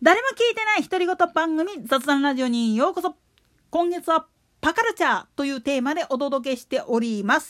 誰も聞いてない独り言番組雑談ラジオにようこそ。今月はパカルチャーというテーマでお届けしております。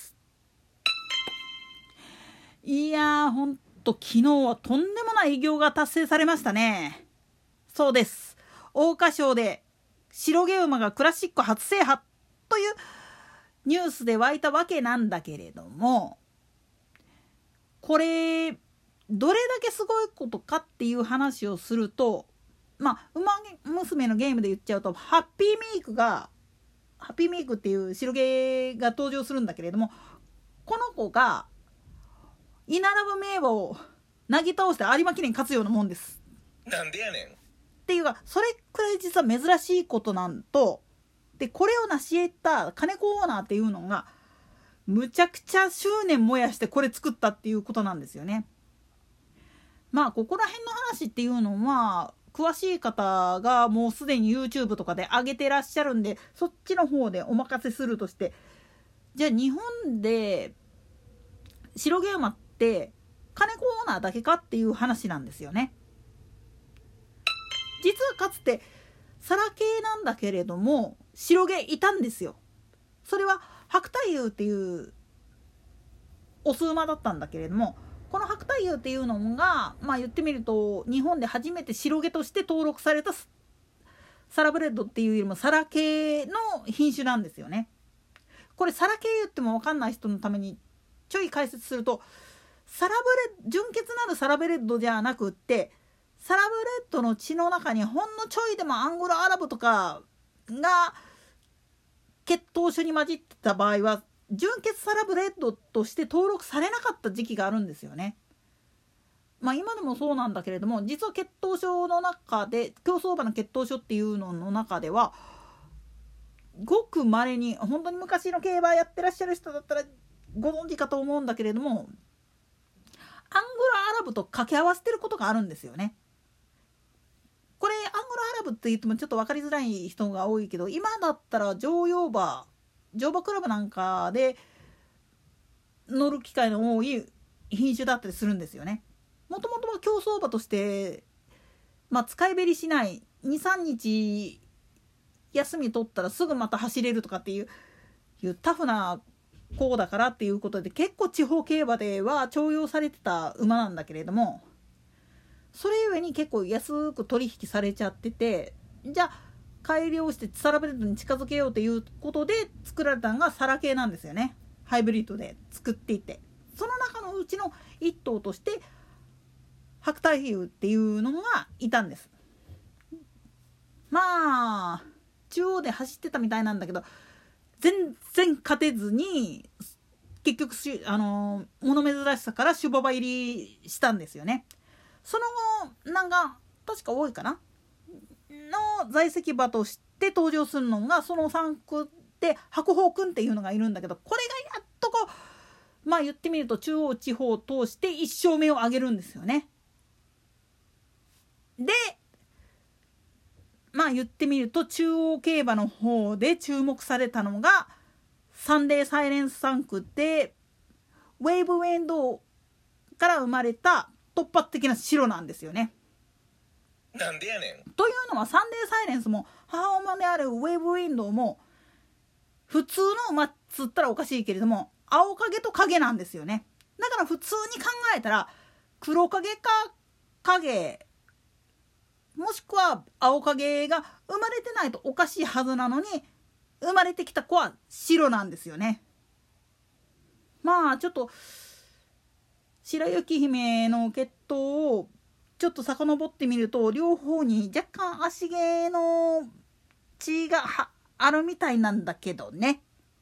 いやーほんと昨日はとんでもない偉業が達成されましたね。そうです、桜花賞で白毛馬がクラシック初制覇というニュースで湧いたわけなんだけれども、これどれだけすごいことかっていう話をすると、馬娘のゲームで言っちゃうとハッピーミークっていう白毛が登場するんだけれども、この子が居並ぶ名馬をなぎ倒して有馬記念勝つようなもんです。 なんでやねんっていうか、それくらい実は珍しいことなんと、でこれを成し得た金子オーナーっていうのがむちゃくちゃ執念燃やしてこれ作ったっていうことなんですよね。ここら辺の話っていうのは詳しい方がもうすでに YouTube とかで上げてらっしゃるんで、そっちの方でお任せするとして、じゃあ日本で白毛馬って金子オーナーだけかっていう話なんですよね。実はかつてサラ系なんだけれども白毛いたんですよ。それは白太夫っていうオス馬だったんだけれども、この白太夫っていうのが言ってみると日本で初めて白毛として登録されたサラブレッドっていうよりもサラ系の品種なんですよね。これサラ系言っても分かんない人のためにちょい解説すると、純血なるサラブレッドじゃなくって、サラブレッドの血の中にほんのちょいでもアンゴラアラブとかが血統種に混じってた場合は純血サラブレッドとして登録されなかった時期があるんですよね。今でもそうなんだけれども、実は血統症の中で競走馬の血統症っていうのの中ではごく稀に、本当に昔の競馬やってらっしゃる人だったらご存知かと思うんだけれども、アンゴラアラブと掛け合わせてることがあるんですよね。これアンゴラアラブって言ってもちょっと分かりづらい人が多いけど、今だったら乗馬クラブなんかで乗る機会の多い品種だったりするんですよね。もともとは競走馬として、使いべりしない 2,3 日休み取ったらすぐまた走れるとかっていうタフな子だからっていうことで、結構地方競馬では重用されてた馬なんだけれども、それゆえに結構安く取引されちゃってて、じゃあ改良してサラブレッドに近づけようということで作られたのがサラ系なんですよね。ハイブリッドで作っていて、その中のうちの一頭として白太夫っていうのがいたんです。中央で走ってたみたいなんだけど全然勝てずに、結局物珍しさから種馬場入りしたんですよね。その後確か多いかなの在籍馬として登場するのがその3区で白鵬くんっていうのがいるんだけど、これがやっと言ってみると中央地方を通して1勝目を挙げるんですよね。で言ってみると中央競馬の方で注目されたのがサンデーサイレンス3区でウェーブウェンドから生まれた突発的な白なんですよね。 なんでやねんというのはサンデーサイレンスも母馬であるウェーブウィンドウも普通の馬っつったらおかしいけれども青影と影なんですよね。だから普通に考えたら黒影か影もしくは青影が生まれてないとおかしいはずなのに、生まれてきた子は白なんですよね。ちょっと白雪姫の血統をちょっと遡ってみると、両方に若干足毛の血があるみたいなんだけどね。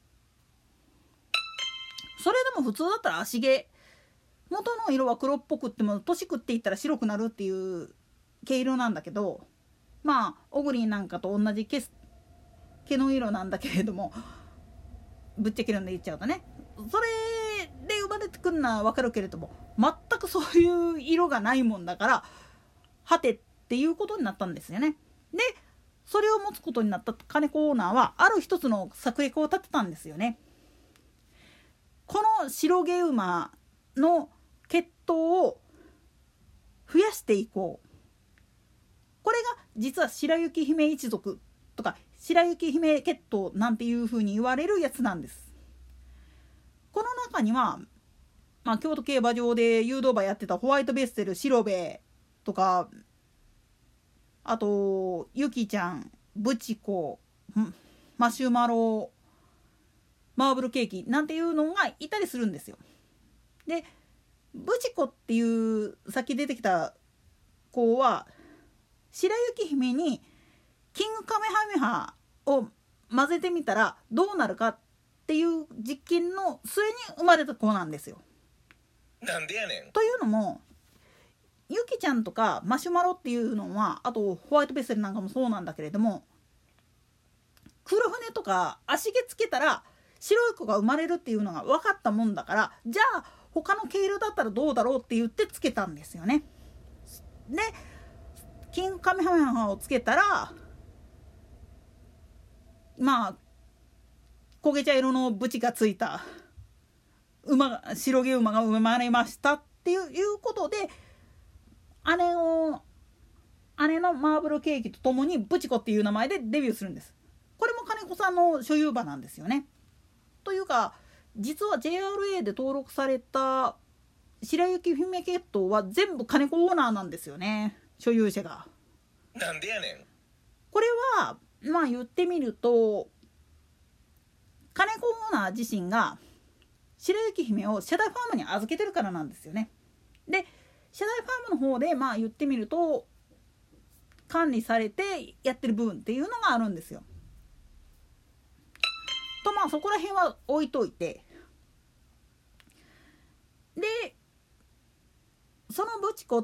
それでも普通だったら足毛元の色は黒っぽくっても年食っていったら白くなるっていう毛色なんだけど、オグリーなんかと同じ毛の色なんだけれども、ぶっちゃけるんで言っちゃうとね、それで生まれてくるのは分かるけれども、全くそういう色がないもんだからはてっていうことになったんですよね。でそれを持つことになった金子オーナーはある一つの策略を立てたんですよね。この白毛馬の血統を増やしていこう、 これが実は白雪姫一族とか白雪姫血統なんていう風に言われるやつなんです。この中には、京都競馬場で誘導馬やってたホワイトベッセル白兵衛とか、あとゆきちゃん、ブチコ、マシュマロ、マーブルケーキなんていうのがいたりするんですよ。でブチコっていうさっき出てきた子は白雪姫にキングカメハメハを混ぜてみたらどうなるかっていう実験の末に生まれた子なんですよ。 なんでやねん。 というのもゆきちゃんとかマシュマロっていうのは、あとホワイトベッセルなんかもそうなんだけれども、黒船とか足毛つけたら白い子が生まれるっていうのが分かったもんだから、じゃあ他の毛色だったらどうだろうって言ってつけたんですよね。でキングカメハメハをつけたら焦げ茶色のブチがついた白毛馬が生まれましたっていうことで、姉のマーブルケーキとともにブチコっていう名前でデビューするんです。これも金子さんの所有馬なんですよね。というか実は JRA で登録された白雪姫血統は全部金子オーナーなんですよね、所有者が。 なんでやねん。 これは言ってみると金子オーナー自身が白雪姫を社大ファームに預けてるからなんですよね。で社大ファームの方で言ってみると管理されてやってる部分っていうのがあるんですよ。とそこら辺は置いといて、でそのブチコ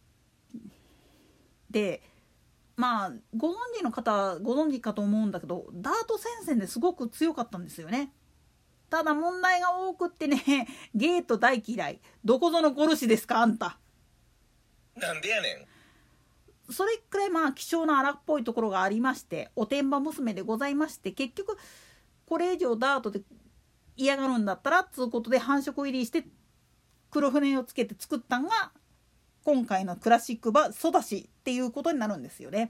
でご存知の方ご存知かと思うんだけど、ダート戦線ですごく強かったんですよね。ただ問題が多くってね、ゲート大嫌い、どこぞのゴルシですかあんた。 なんでやねん。それくらい希少な荒っぽいところがありまして、おてんば娘でございまして、結局これ以上ダートで嫌がるんだったらつうことで繁殖入りして黒船をつけて作ったんが今回のクラシック馬ソダシっていうことになるんですよね。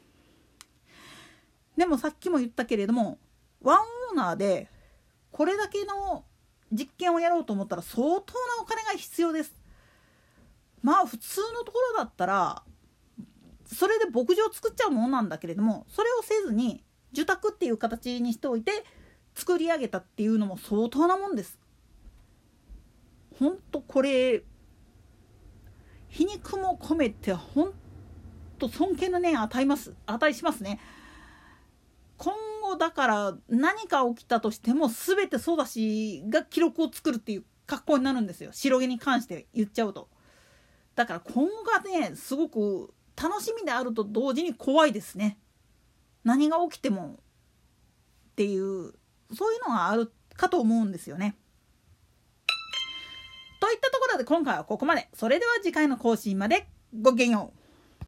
でもさっきも言ったけれども、ワンオーナーでこれだけの実験をやろうと思ったら相当なお金が必要です。普通のところだったらそれで牧場作っちゃうものなんだけれども、それをせずに受託っていう形にしておいて作り上げたっていうのも相当なもんです。ほんとこれ皮肉も込めてほんと尊敬の念値しますね。今後だから何か起きたとしても全てソダシが記録を作るっていう格好になるんですよ、白毛に関して言っちゃうと。だから今後がねすごく楽しみであると同時に怖いですね。何が起きてもっていうそういうのがあるかと思うんですよね。といったところで今回はここまで。それでは次回の更新までごきげんよう。